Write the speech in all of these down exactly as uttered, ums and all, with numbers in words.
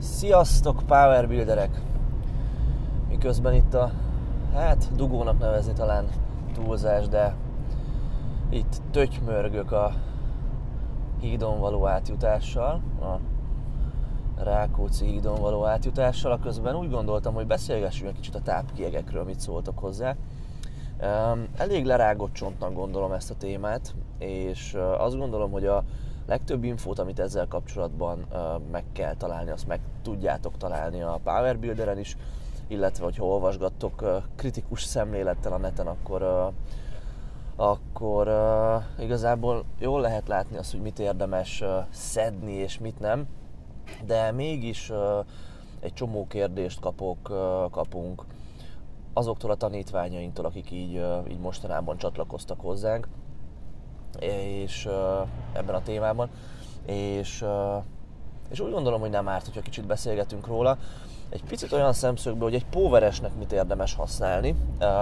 Sziasztok, Power Builderek! Miközben itt a, hát dugónak nevezni talán túlzás, de itt tötymörgök a hídon való átjutással, a Rákóczi hídon való átjutással, a közben úgy gondoltam, hogy beszélgessünk egy kicsit a tápkiegekről, mit szóltok hozzá. Elég lerágott csontnak gondolom ezt a témát, és azt gondolom, hogy a legtöbb infót, amit ezzel kapcsolatban meg kell találni, azt meg tudjátok találni a Power Builderen is, illetve hogyha olvasgattok kritikus szemlélettel a neten, akkor, akkor igazából jól lehet látni azt, hogy mit érdemes szedni és mit nem, de mégis egy csomó kérdést kapok, kapunk azoktól a tanítványainktól, akik így, így mostanában csatlakoztak hozzánk, és ebben a témában, és, és úgy gondolom, hogy nem árt, hogyha kicsit beszélgetünk róla. Egy picit olyan szemszögből, hogy egy poweresnek mit érdemes használni,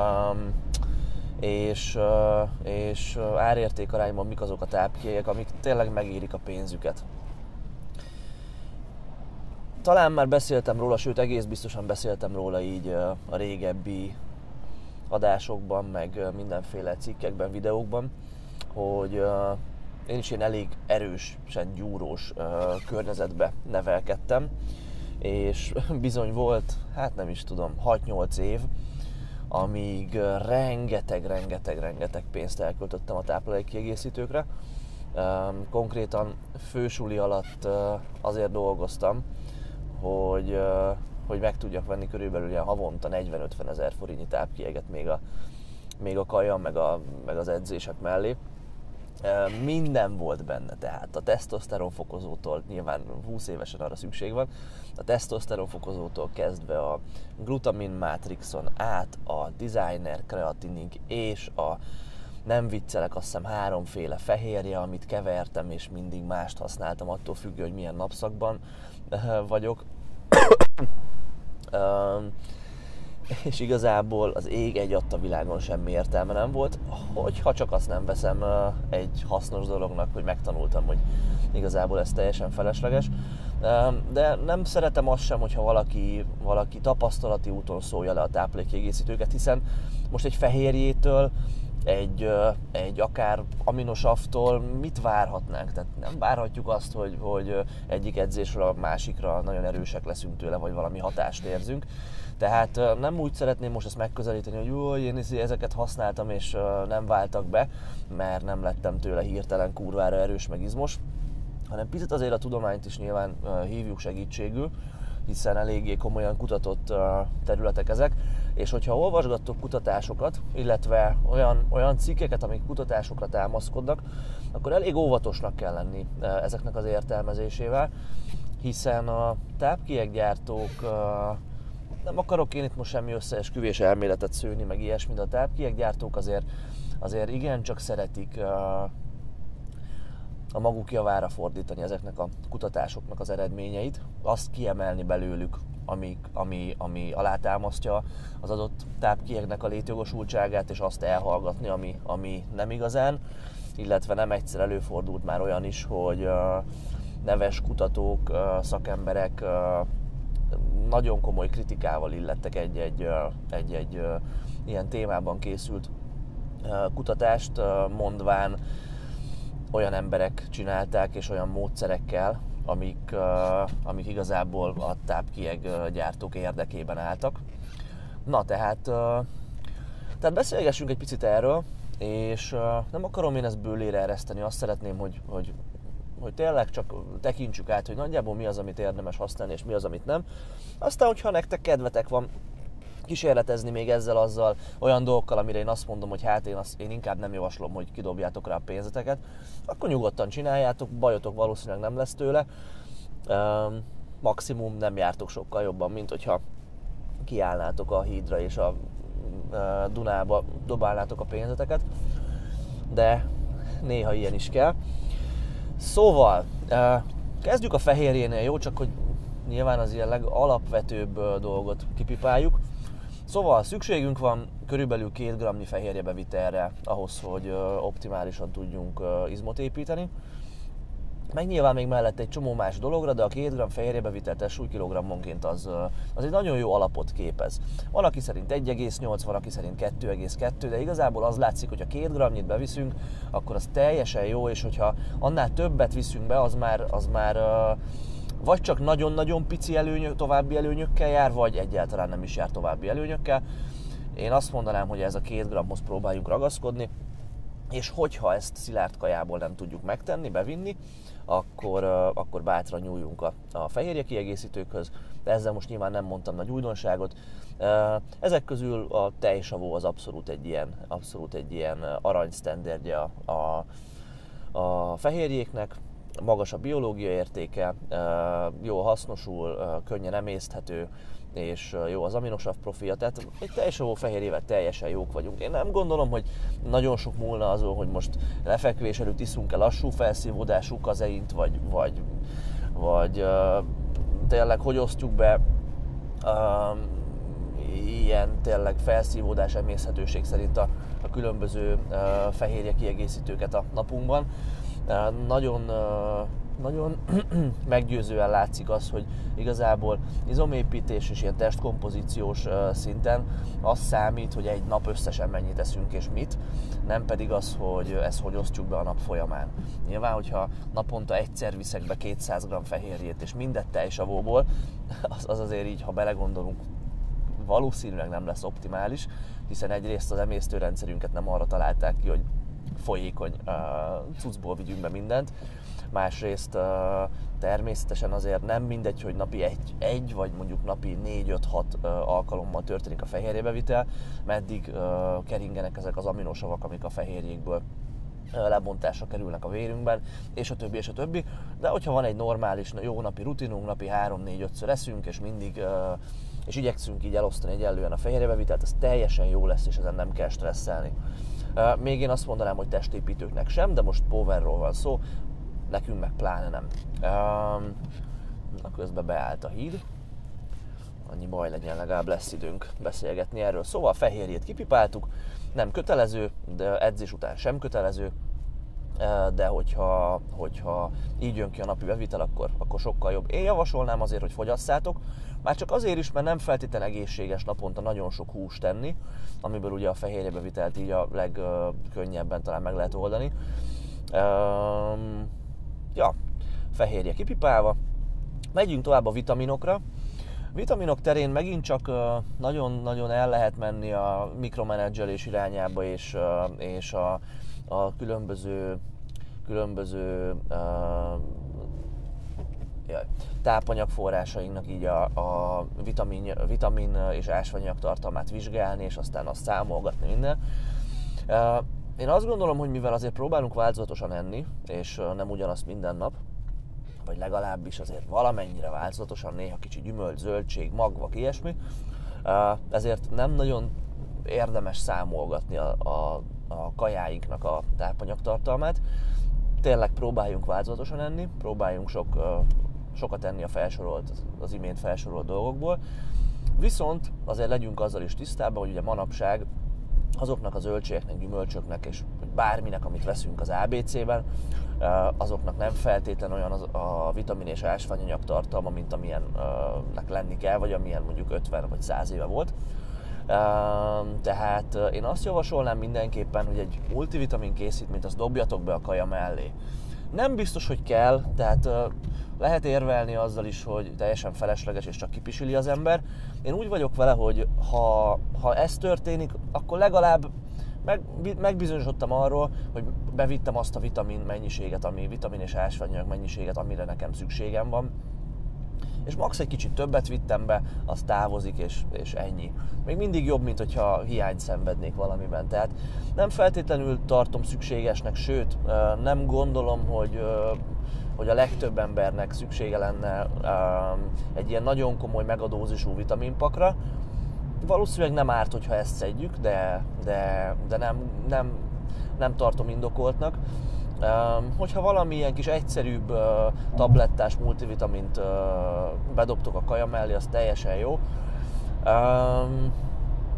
és, és árérték arányban mik azok a tápkiegek, amik tényleg megérik a pénzüket. Talán már beszéltem róla, sőt egész biztosan beszéltem róla így a régebbi adásokban, meg mindenféle cikkekben, videókban, hogy uh, én is ilyen elég erősen gyúrós uh, környezetbe nevelkedtem, és bizony volt, hát nem is tudom, hat-nyolc év, amíg uh, rengeteg, rengeteg, rengeteg pénzt elköltöttem a táplálékkiegészítőkre. Uh, konkrétan fősuli alatt uh, azért dolgoztam, hogy, uh, hogy meg tudjak venni körülbelül ilyen havonta negyven-ötven ezer forintnyi tápkieget még a, még a kaja, meg, a, meg az edzések mellé. Minden volt benne, tehát a tesztoszteron fokozótól, nyilván húsz évesen arra szükség van, a tesztoszteron fokozótól kezdve a glutamin matrixon át a designer kreatinig és a, nem viccelek, azt hiszem háromféle fehérje, amit kevertem és mindig mást használtam, attól függő, hogy milyen napszakban vagyok. És igazából az ég egy adta világon semmi értelme nem volt, hogyha csak azt nem veszem egy hasznos dolognak, hogy megtanultam, hogy igazából ez teljesen felesleges. De nem szeretem azt sem, hogyha valaki, valaki tapasztalati úton szólja le a táplálékkiegészítőket, hiszen most egy fehérjétől, egy, egy akár aminosavtól mit várhatnánk? Tehát nem várhatjuk azt, hogy, hogy egyik edzésről a másikra nagyon erősek leszünk tőle, vagy valami hatást érzünk. Tehát nem úgy szeretném most ezt megközelíteni, hogy jó, én ezeket használtam és nem váltak be, mert nem lettem tőle hirtelen kurvára erős meg izmos, hanem picit azért a tudományt is nyilván hívjuk segítségül, hiszen eléggé komolyan kutatott területek ezek, és hogyha olvasgattok kutatásokat, illetve olyan, olyan cikkeket, amik kutatásokra támaszkodnak, akkor elég óvatosnak kell lenni ezeknek az értelmezésével, hiszen a tápkieggyártók, nem akarok én itt most semmi összeesküvés elméletet szőni, meg ilyesmi, de a tápkieggyártók azért, azért igencsak szeretik a maguk javára fordítani ezeknek a kutatásoknak az eredményeit, azt kiemelni belőlük, ami, ami, ami alátámasztja az adott tápkiegnek a létjogosultságát, és azt elhallgatni, ami, ami nem igazán, illetve nem egyszer előfordult már olyan is, hogy neves kutatók, szakemberek nagyon komoly kritikával illettek egy-egy, egy-egy ilyen témában készült kutatást, mondván olyan emberek csinálták és olyan módszerekkel, amik, amik igazából a tápkieggyártók érdekében álltak. Na tehát, tehát beszélgessünk egy picit erről, és nem akarom én ezt bőlére ereszteni, azt szeretném, hogy, hogy hogy tényleg csak tekintsük át, hogy nagyjából mi az, amit érdemes használni, és mi az, amit nem. Aztán, hogyha nektek kedvetek van kísérletezni még ezzel, azzal, olyan dolgokkal, amire én azt mondom, hogy hát én, azt, én inkább nem javaslom, hogy kidobjátok rá a pénzeteket, akkor nyugodtan csináljátok, bajotok valószínűleg nem lesz tőle. Maximum nem jártok sokkal jobban, mint hogyha kiállnátok a hídra és a Dunába dobálnátok a pénzeteket, de néha ilyen is kell. Szóval, kezdjük a fehérjénél, jó? Csak hogy nyilván az ilyen legalapvetőbb dolgot kipipáljuk. Szóval szükségünk van körülbelül két grammnyi fehérjebevitelre ahhoz, hogy optimálisan tudjunk izmot építeni. meg nyilván még mellett egy csomó más dologra, de a két gramm fehérjébe vitelt testsúly kilogrammonként az, az egy nagyon jó alapot képez. Van, aki szerint egy egész nyolc, van, aki szerint kettő egész kettő, de igazából az látszik, hogy ha két grammnyit beviszünk, akkor az teljesen jó, és hogyha annál többet viszünk be, az már, az már vagy csak nagyon-nagyon pici előnyök, további előnyökkel jár, vagy egyáltalán nem is jár további előnyökkel. Én azt mondanám, hogy ez a két grammhoz próbáljunk ragaszkodni, és hogyha ezt szilárd kajából nem tudjuk megtenni, bevinni, akkor, akkor bátran nyúljunk a, a fehérje kiegészítőkhöz, de ezzel most nyilván nem mondtam nagy újdonságot. Ezek közül a tejsavó az abszolút egy ilyen, abszolút egy ilyen aranysztenderdje a, a, a fehérjéknek, magas a biológiai értéke, jól hasznosul, könnyen emészthető, és jó az aminosav profilja, tehát egy tejsavó fehérjével teljesen jók vagyunk. Én nem gondolom, hogy nagyon sok múlna azon, hogy most lefekvés előtt iszunk-e lassú felszívódású kazeint, vagy, vagy, vagy uh, tényleg hogy osztjuk be uh, ilyen tényleg felszívódás, emészhetőség szerint a, a különböző uh, fehérje kiegészítőket a napunkban. Uh, nagyon uh, Nagyon meggyőzően látszik az, hogy igazából izomépítés és ilyen testkompozíciós szinten az számít, hogy egy nap összesen mennyit eszünk és mit, nem pedig az, hogy ezt hogy osztjuk be a nap folyamán. Nyilván, hogyha naponta egyszer viszek be kétszáz gramm fehérjét és mindet tejsavóból, az, az azért így, ha belegondolunk, valószínűleg nem lesz optimális, hiszen egyrészt az emésztőrendszerünket nem arra találták ki, hogy folyékony uh, cuccból vigyünk be mindent, másrészt uh, természetesen azért nem mindegy, hogy napi egy, egy vagy mondjuk napi négy öt hat uh, alkalommal történik a fehérjébevitel, meddig uh, keringenek ezek az aminosavak, amik a fehérjékből uh, lebontásra kerülnek a vérünkben, és a többi, és a többi. De hogyha van egy normális, jó napi rutinunk, napi három négy ötször eszünk, és mindig uh, és igyekszünk így elosztani egyenlően a fehérjébevitelt, az teljesen jó lesz, és ezen nem kell stresszelni. Uh, még én azt mondanám, hogy testépítőknek sem, de most powerról van szó, nekünk meg pláne nem. Um, na közben beállt a híd, annyi baj legyen, legalább lesz időnk beszélgetni erről. Szóval a fehérjét kipipáltuk, nem kötelező, de edzés után sem kötelező, de hogyha, hogyha így jön ki a napi bevitel, akkor, akkor sokkal jobb. Én javasolnám azért, hogy fogyasszátok, már csak azért is, mert nem feltétlenül egészséges naponta nagyon sok húst tenni, amiből ugye a fehérjébevitelt így a legkönnyebben talán meg lehet oldani. Um, ja, fehérje kipipálva. Megyünk tovább a vitaminokra. Vitaminok terén megint csak nagyon-nagyon el lehet menni a mikromenedzselés irányába, és, és a, a különböző, különböző uh, jaj, tápanyagforrásainknak így a, a vitamin, vitamin és ásványanyag tartalmát vizsgálni, és aztán azt számolgatni minden. Uh, Én azt gondolom, hogy mivel azért próbálunk változatosan enni, és nem ugyanazt minden nap, vagy legalábbis azért valamennyire változatosan, néha kicsi gyümölcs, zöldség, magvak, ilyesmi, ezért nem nagyon érdemes számolgatni a, a, a kajáinknak a tápanyagtartalmát. Tényleg próbáljunk változatosan enni, próbáljunk sok, sokat enni a felsorolt, az imént felsorolt dolgokból, viszont azért legyünk azzal is tisztában, hogy ugye manapság azoknak a zöldségeknek, gyümölcsöknek és bárminek, amit veszünk az á bé cében, azoknak nem feltétlenül olyan az a vitamin és ásványanyag tartalma, mint amilyennek lenni kell, vagy amilyen mondjuk ötven vagy száz éve volt. Tehát én azt javasolnám mindenképpen, hogy egy multivitamin készítményt azt dobjatok be a kaja mellé. Nem biztos, hogy kell, tehát lehet érvelni azzal is, hogy teljesen felesleges és csak kipisili az ember. Én úgy vagyok vele, hogy ha, ha ez történik, akkor legalább meg, megbizonyosodtam arról, hogy bevittem azt a vitamin mennyiséget, ami vitamin és ásványanyag mennyiséget, amire nekem szükségem van. És max egy kicsit többet vittem be, az távozik, és, és ennyi. Még mindig jobb, mint hogyha hiányt szenvednék valamiben. Tehát nem feltétlenül tartom szükségesnek, sőt, nem gondolom, hogy, hogy a legtöbb embernek szüksége lenne egy ilyen nagyon komoly megadózisú vitaminpakra. Valószínűleg nem árt, hogyha ezt szedjük, de, de, de nem, nem, nem tartom indokoltnak. Um, hogyha valami ilyen kis egyszerűbb uh, tablettás multivitamint uh, bedobtok a kaja mellé, az teljesen jó. Um,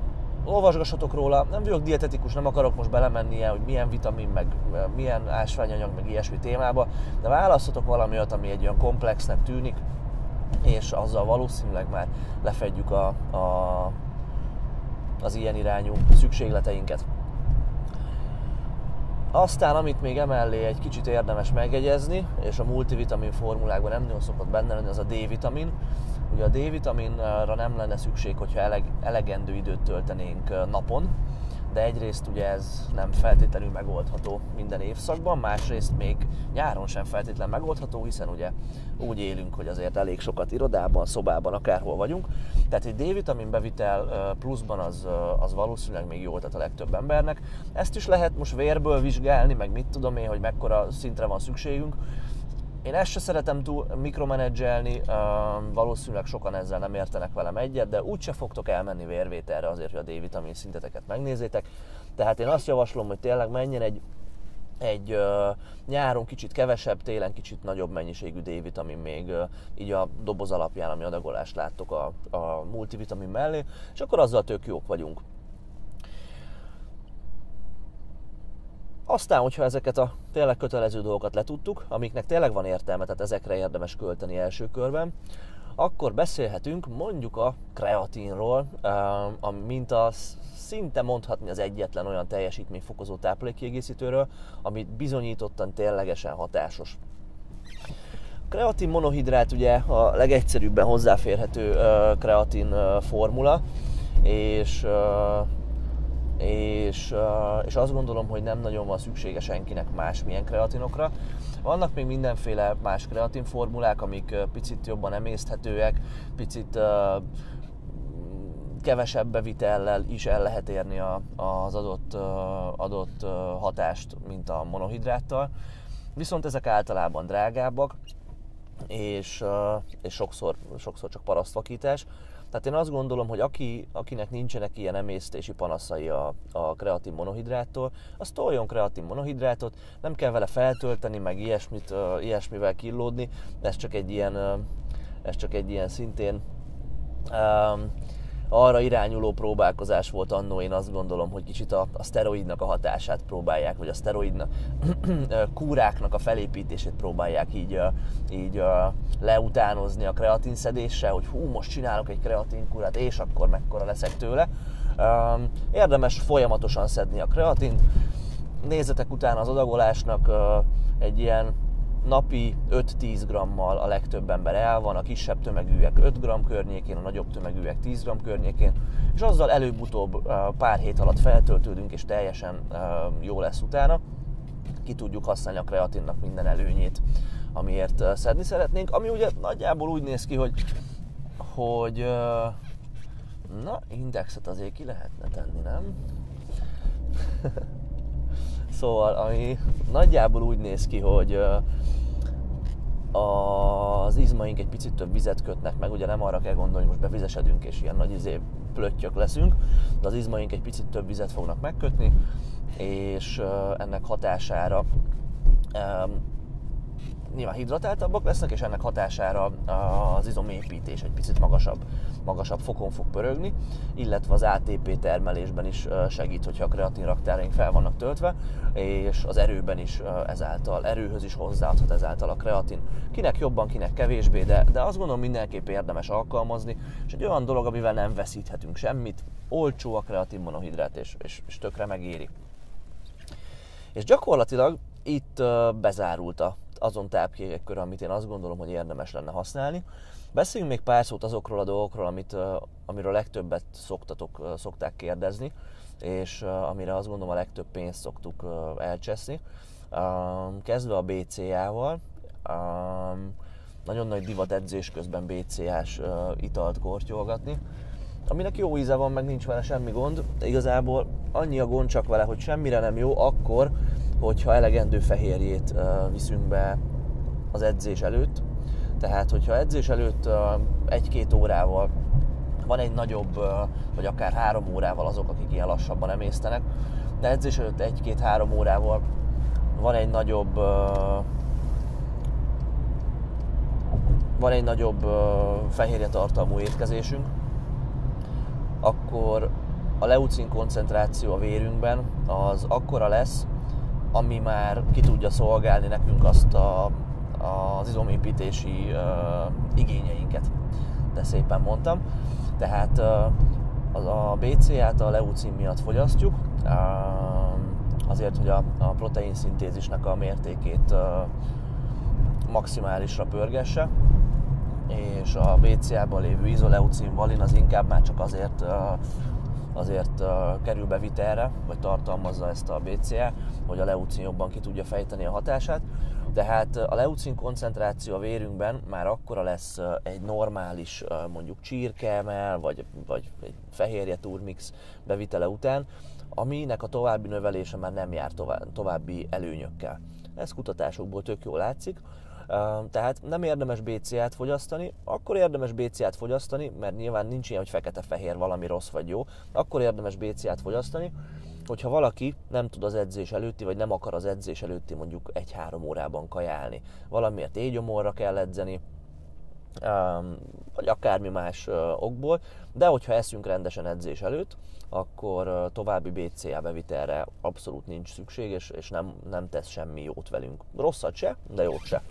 olvasgassatok róla, nem vagyok dietetikus, nem akarok most belemenni ilyen, hogy milyen vitamin, meg milyen ásványanyag, meg ilyesmi témába, de választhatok valami olyat, ami egy olyan komplexnek tűnik, és azzal valószínűleg már lefedjük a, a, az ilyen irányú szükségleteinket. Aztán, amit még emellé egy kicsit érdemes megjegyezni, és a multivitamin formulákban nem nagyon szokott benne lenni, az a D-vitamin. Ugye a D-vitaminra nem lenne szükség, hogyha eleg, elegendő időt töltenénk napon, de egyrészt ugye ez nem feltétlenül megoldható minden évszakban, másrészt még nyáron sem feltétlenül megoldható, hiszen ugye úgy élünk, hogy azért elég sokat irodában, szobában, akárhol vagyunk. Tehát egy D-vitamin bevitel pluszban az, az valószínűleg még jól tett a legtöbb embernek. Ezt is lehet most vérből vizsgálni, meg mit tudom én, hogy mekkora szintre van szükségünk. Én ezt se szeretem túl mikromenedzselni, valószínűleg sokan ezzel nem értenek velem egyet, de úgyse fogtok elmenni vérvételre azért, hogy a D-vitamin szinteteket megnézzétek. Tehát én azt javaslom, hogy tényleg menjen egy, egy nyáron kicsit kevesebb, télen kicsit nagyobb mennyiségű D-vitamin még így a doboz alapján, ami adagolást láttok a, a multivitamin mellé, és akkor azzal tök jók vagyunk. Aztán, hogyha ezeket a tényleg kötelező dolgokat letudtuk, amiknek tényleg van értelme, tehát ezekre érdemes költeni első körben, akkor beszélhetünk mondjuk a kreatinról, mint a szinte mondhatni az egyetlen olyan teljesítményfokozó táplálékkiegészítőről, amit bizonyítottan ténylegesen hatásos. A kreatin monohidrát ugye a legegyszerűbben hozzáférhető kreatin formula, és És, és azt gondolom, hogy nem nagyon van szüksége senkinek másmilyen kreatinokra. Vannak még mindenféle más kreatin formulák, amik picit jobban emészthetőek, picit kevesebb bevitellel is el lehet érni az adott, adott hatást, mint a monohidráttal. Viszont ezek általában drágábbak, és, és sokszor, sokszor csak parasztvakítás. Tehát én azt gondolom, hogy aki, akinek nincsenek ilyen emésztési panaszai a, a kreatin monohidráttól, az toljon kreatin monohidrátot, nem kell vele feltölteni, meg ilyesmit, uh, ilyesmivel killódni, ez csak egy ilyen, uh, ez csak egy ilyen szintén um, arra irányuló próbálkozás volt annó, én azt gondolom, hogy kicsit a, a szteroidnak a hatását próbálják, vagy a szteroidnak, kúráknak a felépítését próbálják így, így leutánozni a kreatinszedéssel, hogy hú, most csinálok egy kreatinkúrát, és akkor mekkora leszek tőle. Érdemes folyamatosan szedni a kreatint, nézzetek utána az adagolásnak, egy ilyen napi öt-tíz grammal a legtöbb ember el van, a kisebb tömegűek öt gramm környékén, a nagyobb tömegűek tíz gramm környékén, és azzal előbb-utóbb pár hét alatt feltöltődünk, és teljesen jó lesz utána. Ki tudjuk használni a kreatinnak minden előnyét, amiért szedni szeretnénk, ami ugye nagyjából úgy néz ki, hogy, hogy na, indexet azért ki lehetne tenni, nem? Szóval, ami nagyjából úgy néz ki, hogy az izmaink egy picit több vizet kötnek meg, ugye nem arra kell gondolni, hogy most bevizesedünk és ilyen nagy izé plöttyök leszünk, de az izmaink egy picit több vizet fognak megkötni, és ennek hatására nyilván hidratáltabbak lesznek, és ennek hatására az izomépítés egy picit magasabb, magasabb fokon fog pörögni, illetve az á té pé termelésben is segít, hogyha a kreatin raktáraink fel vannak töltve, és az erőben is ezáltal, erőhöz is hozzáadhat ezáltal a kreatin. Kinek jobban, kinek kevésbé, de, de azt gondolom mindenképp érdemes alkalmazni, és egy olyan dolog, amivel nem veszíthetünk semmit, olcsó a kreatin monohidrát, és, és, és tökre megéri. És gyakorlatilag itt bezárult a azon tápkékek körül, amit én azt gondolom, hogy érdemes lenne használni. Beszéljünk még pár szót azokról a dolgokról, amit, amiről a legtöbbet szoktatok, szokták kérdezni, és amire azt gondolom a legtöbb pénzt szoktuk elcseszni. Kezdve a bé cé á-val. Nagyon nagy divat edzés közben bé cé á-s italt kortyolgatni, aminek jó íze van, meg nincs vele semmi gond, de igazából annyi a gond csak vele, hogy semmire nem jó akkor, hogyha elegendő fehérjét uh, viszünk be az edzés előtt. Tehát, hogyha edzés előtt uh, egy-két órával van egy nagyobb, uh, vagy akár három órával azok, akik ilyen lassabban emésztenek, de edzés előtt egy-két-három órával van egy nagyobb, uh, van egy nagyobb uh, fehérjetartalmú étkezésünk, akkor a leucin koncentráció a vérünkben az akkora lesz, ami már ki tudja szolgálni nekünk azt a, az izomépítési uh, igényeinket. De szépen mondtam. Tehát uh, a bé cé á-t a leucin miatt fogyasztjuk, uh, azért, hogy a, a protein szintézisnek a mértékét uh, maximálisra pörgesse, és a bé cé á-ban lévő izoleucin valin az inkább már csak azért, uh, azért uh, kerül bevitelre, vagy tartalmazza ezt a bé cé á, hogy a leucin jobban ki tudja fejteni a hatását. Tehát a leucin koncentráció a vérünkben már akkora lesz egy normális, mondjuk csirkemell, vagy, vagy egy fehérje turmix bevitele után, aminek a további növelése már nem jár további előnyökkel. Ez kutatásokból tök jól látszik. Tehát nem érdemes bé cé á-t fogyasztani, akkor érdemes bé cé á-t fogyasztani, mert nyilván nincs ilyen, hogy fekete-fehér valami rossz vagy jó, akkor érdemes bé cé á-t fogyasztani, hogyha valaki nem tud az edzés előtti, vagy nem akar az edzés előtti mondjuk egy-három órában kajálni. Valamiért éjgyomorra kell edzeni, vagy akármi más okból, de hogyha eszünk rendesen edzés előtt, akkor további bé cé á bevitelre abszolút nincs szükség, és, és nem, nem tesz semmi jót velünk. Rosszat se, de jót se.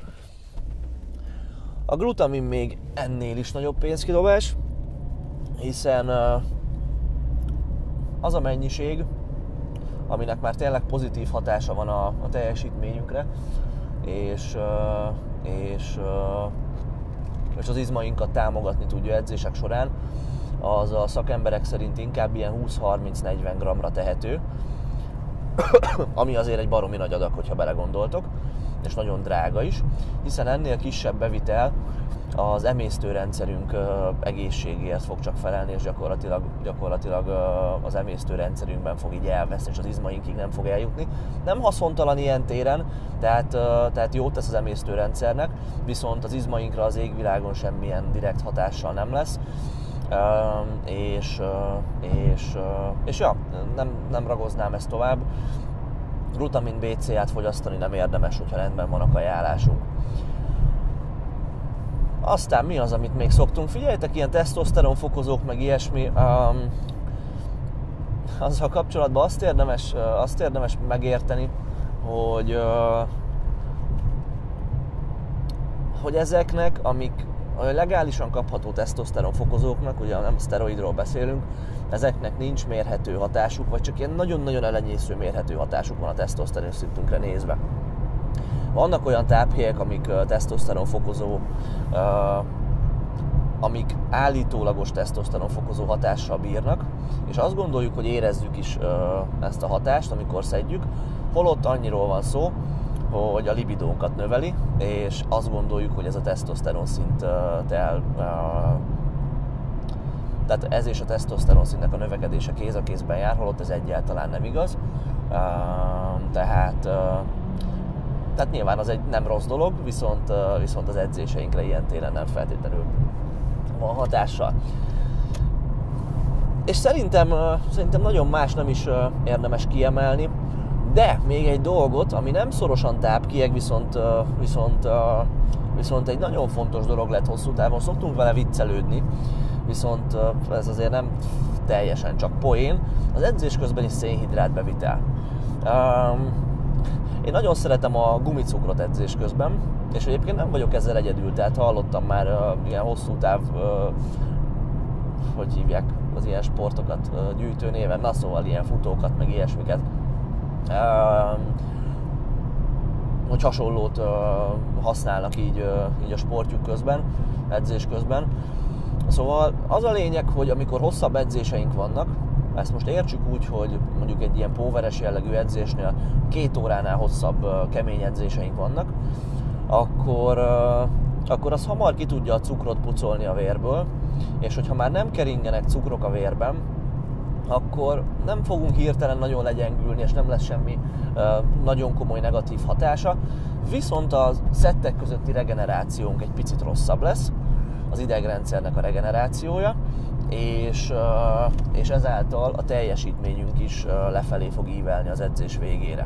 A glutamin még ennél is nagyobb pénzkidobás, hiszen az a mennyiség, aminek már tényleg pozitív hatása van a, a teljesítményünkre, és, és, és az izmainkat támogatni tudja edzések során, az a szakemberek szerint inkább ilyen húsz-harminc-negyven grammra tehető, ami azért egy baromi nagy adag, hogyha belegondoltok, és nagyon drága is, hiszen ennél kisebb bevitel az emésztőrendszerünk egészségéért fog csak felelni, és gyakorlatilag, gyakorlatilag az emésztőrendszerünkben fog így elveszni, és az izmainkig nem fog eljutni. Nem haszontalan ilyen téren, tehát, tehát jót tesz az emésztőrendszernek, viszont az izmainkra az égvilágon semmilyen direkt hatással nem lesz. És, és, és ja, nem, nem ragoznám ezt tovább. Glutamin bé cé á-t fogyasztani nem érdemes, hogyha rendben van a kajálásunk. Aztán mi az, amit még szoktunk? Figyeljetek, ilyen tesztoszteron fokozók, meg ilyesmi. Um, azzal kapcsolatban azt érdemes, azt érdemes megérteni, hogy, uh, hogy ezeknek, amik a legálisan kapható tesztoszteron fokozóknak, ugye nem szteroidról beszélünk, ezeknek nincs mérhető hatásuk, vagy csak ilyen nagyon-nagyon elenyésző mérhető hatásuk van a tesztoszteron szintünkre nézve. Vannak olyan táphelyek, amik uh, tesztoszteron fokozó, uh, amik állítólagos tesztoszteron fokozó hatással bírnak, és azt gondoljuk, hogy érezzük is uh, ezt a hatást, amikor szedjük, holott annyiról van szó, hogy a libidónkat növeli, és azt gondoljuk, hogy ez a tesztoszteron szinttel, uh, tehát ez és a tesztoszteron szintnek a növekedése kéz a kézben jár, holott ez egyáltalán nem igaz. Uh, tehát, uh, tehát nyilván az egy nem rossz dolog, viszont, uh, viszont az edzéseinkre ilyen téren nem feltétlenül van hatással. És szerintem, uh, szerintem nagyon más nem is uh, érdemes kiemelni, de még egy dolgot, ami nem szorosan tápkieg, viszont, uh, viszont, uh, viszont egy nagyon fontos dolog lett hosszú távon, szoktunk vele viccelődni, viszont uh, ez azért nem teljesen csak poén, az edzés közbeni szénhidrát bevitel. Um, én nagyon szeretem a gumicukrot edzés közben, és egyébként nem vagyok ezzel egyedül, tehát hallottam már uh, ilyen hosszú táv, uh, hogy hívják az ilyen sportokat uh, gyűjtő néven, na szóval ilyen futókat, meg ilyesmiket, uh, hogy hasonlót uh, használnak így, uh, így a sportjuk közben, edzés közben. Szóval az a lényeg, hogy amikor hosszabb edzéseink vannak, ezt most értsük úgy, hogy mondjuk egy ilyen póveres jellegű edzésnél két óránál hosszabb kemény edzéseink vannak, akkor, akkor az hamar ki tudja a cukrot pucolni a vérből, és hogyha már nem keringenek cukrok a vérben, akkor nem fogunk hirtelen nagyon legyengülni, és nem lesz semmi nagyon komoly negatív hatása, viszont a szettek közötti regenerációnk egy picit rosszabb lesz, az idegrendszernek a regenerációja, és, és ezáltal a teljesítményünk is lefelé fog ívelni az edzés végére.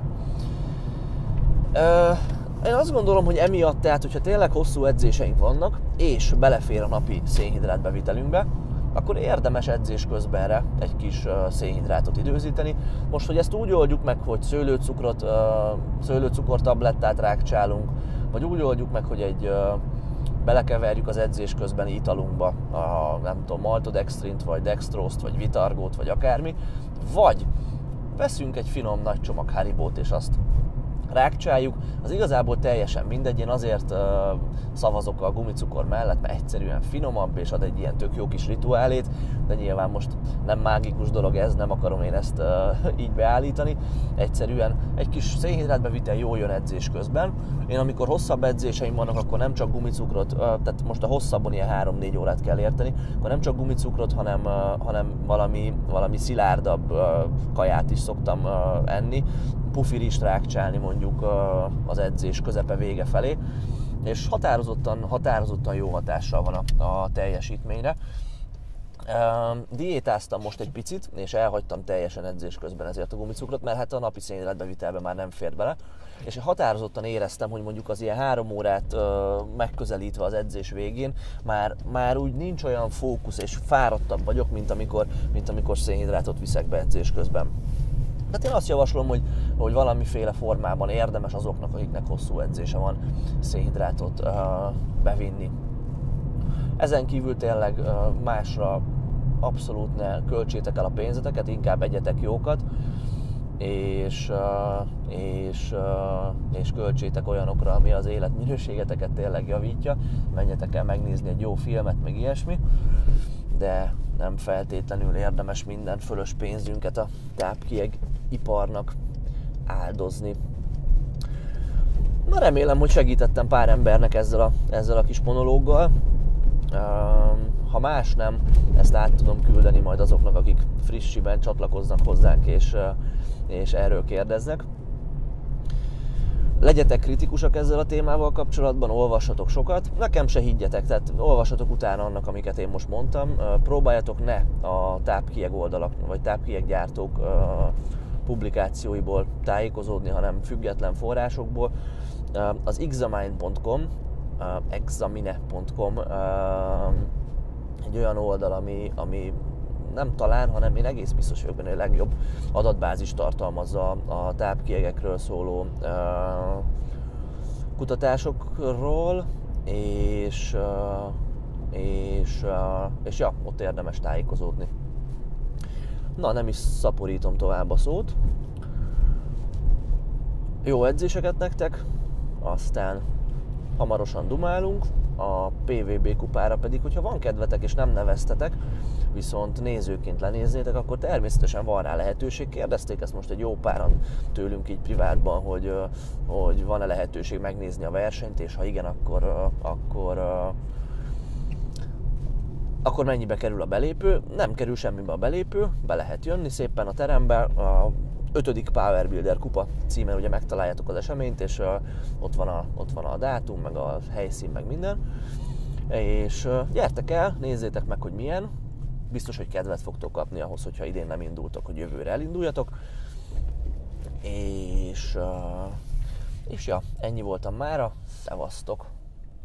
Én azt gondolom, hogy emiatt, tehát hogyha tényleg hosszú edzéseink vannak, és belefér a napi szénhidrát bevitelünkbe, akkor érdemes edzés közbenre egy kis szénhidrátot időzíteni. Most, hogy ezt úgy oldjuk meg, hogy szőlőcukrot, szőlőcukortablettát rákcsálunk, vagy úgy oldjuk meg, hogy egy belekeverjük az edzés közbeni italunkba a, nem tudom, maltodextrint, vagy dextrózt, vagy vitargót, vagy akármi, vagy veszünk egy finom nagy csomag Haribót, és azt rákcsáljuk, az igazából teljesen mindegy, én azért uh, szavazok a gumicukor mellett, mert egyszerűen finomabb, és ad egy ilyen tök jó kis rituálét, de nyilván most nem mágikus dolog ez, nem akarom én ezt uh, így beállítani, egyszerűen egy kis szénhidrátbevitel jól jön edzés közben. Én amikor hosszabb edzéseim vannak, akkor nem csak gumicukrot, uh, tehát most a hosszabban ilyen három-négy órát kell érteni, akkor nem csak gumicukrot, hanem, uh, hanem valami, valami szilárdabb uh, kaját is szoktam uh, enni, pufirist rákcsálni mondjuk az edzés közepe vége felé, és határozottan, határozottan jó hatással van a, a teljesítményre. Diétáztam most egy picit, és elhagytam teljesen edzés közben ezért a gumicukrot, mert hát a napi szénhidrátbevitelbe már nem fér bele, és határozottan éreztem, hogy mondjuk az ilyen három órát megközelítve az edzés végén már, már úgy nincs olyan fókusz, és fáradtabb vagyok, mint amikor, mint amikor szénhidrátot viszek be edzés közben. Tehát én azt javaslom, hogy, hogy valamiféle formában érdemes azoknak, akiknek hosszú edzése van, szénhidrátot uh, bevinni. Ezen kívül tényleg uh, másra abszolút ne költsétek el a pénzeteket, inkább egyetek jókat, és, uh, és, uh, és költsétek olyanokra, ami az életminőségeteket tényleg javítja. Menjetek el megnézni egy jó filmet, meg ilyesmi, de nem feltétlenül érdemes minden fölös pénzünket a tápkieg iparnak áldozni. Na, remélem, hogy segítettem pár embernek ezzel a, ezzel a kis monológgal. Ha más nem, ezt át tudom küldeni majd azoknak, akik frissiben csatlakoznak hozzánk és, és erről kérdeznek. Legyetek kritikusak ezzel a témával kapcsolatban, olvassatok sokat, nekem se higgyetek, tehát olvassatok utána annak, amiket én most mondtam, próbáljatok ne a tápkieg oldalak, vagy tápkieg gyártók publikációiból tájékozódni, hanem független forrásokból. Az examine pont com, examine pont com egy olyan oldal, ami, ami nem talán, hanem én egész biztos vagyok benne, a legjobb adatbázis tartalmazza a tápkiegekről szóló uh, kutatásokról, és, uh, és, uh, és ja, ott érdemes tájékozódni. Na, nem is szaporítom tovább a szót. Jó edzéseket nektek, aztán hamarosan dumálunk, a pé vé bé kupára pedig, hogyha van kedvetek és nem neveztetek, viszont nézőként lenéznétek, akkor természetesen van rá lehetőség. Kérdezték ezt most egy jó páran tőlünk így privátban, hogy, hogy van-e lehetőség megnézni a versenyt, és ha igen, akkor, akkor, akkor mennyibe kerül a belépő. Nem kerül semmibe a belépő, be lehet jönni szépen a terembe. A ötödik Power Builder kupa címen ugye megtaláljátok az eseményt, és ott van a, ott van a dátum, meg a helyszín, meg minden. És gyertek el, nézzétek meg, hogy milyen. Biztos, hogy kedvet fogtok kapni ahhoz, hogyha idén nem indultok, hogy jövőre elinduljatok. És, és ja, ennyi voltam mára, szevasztok!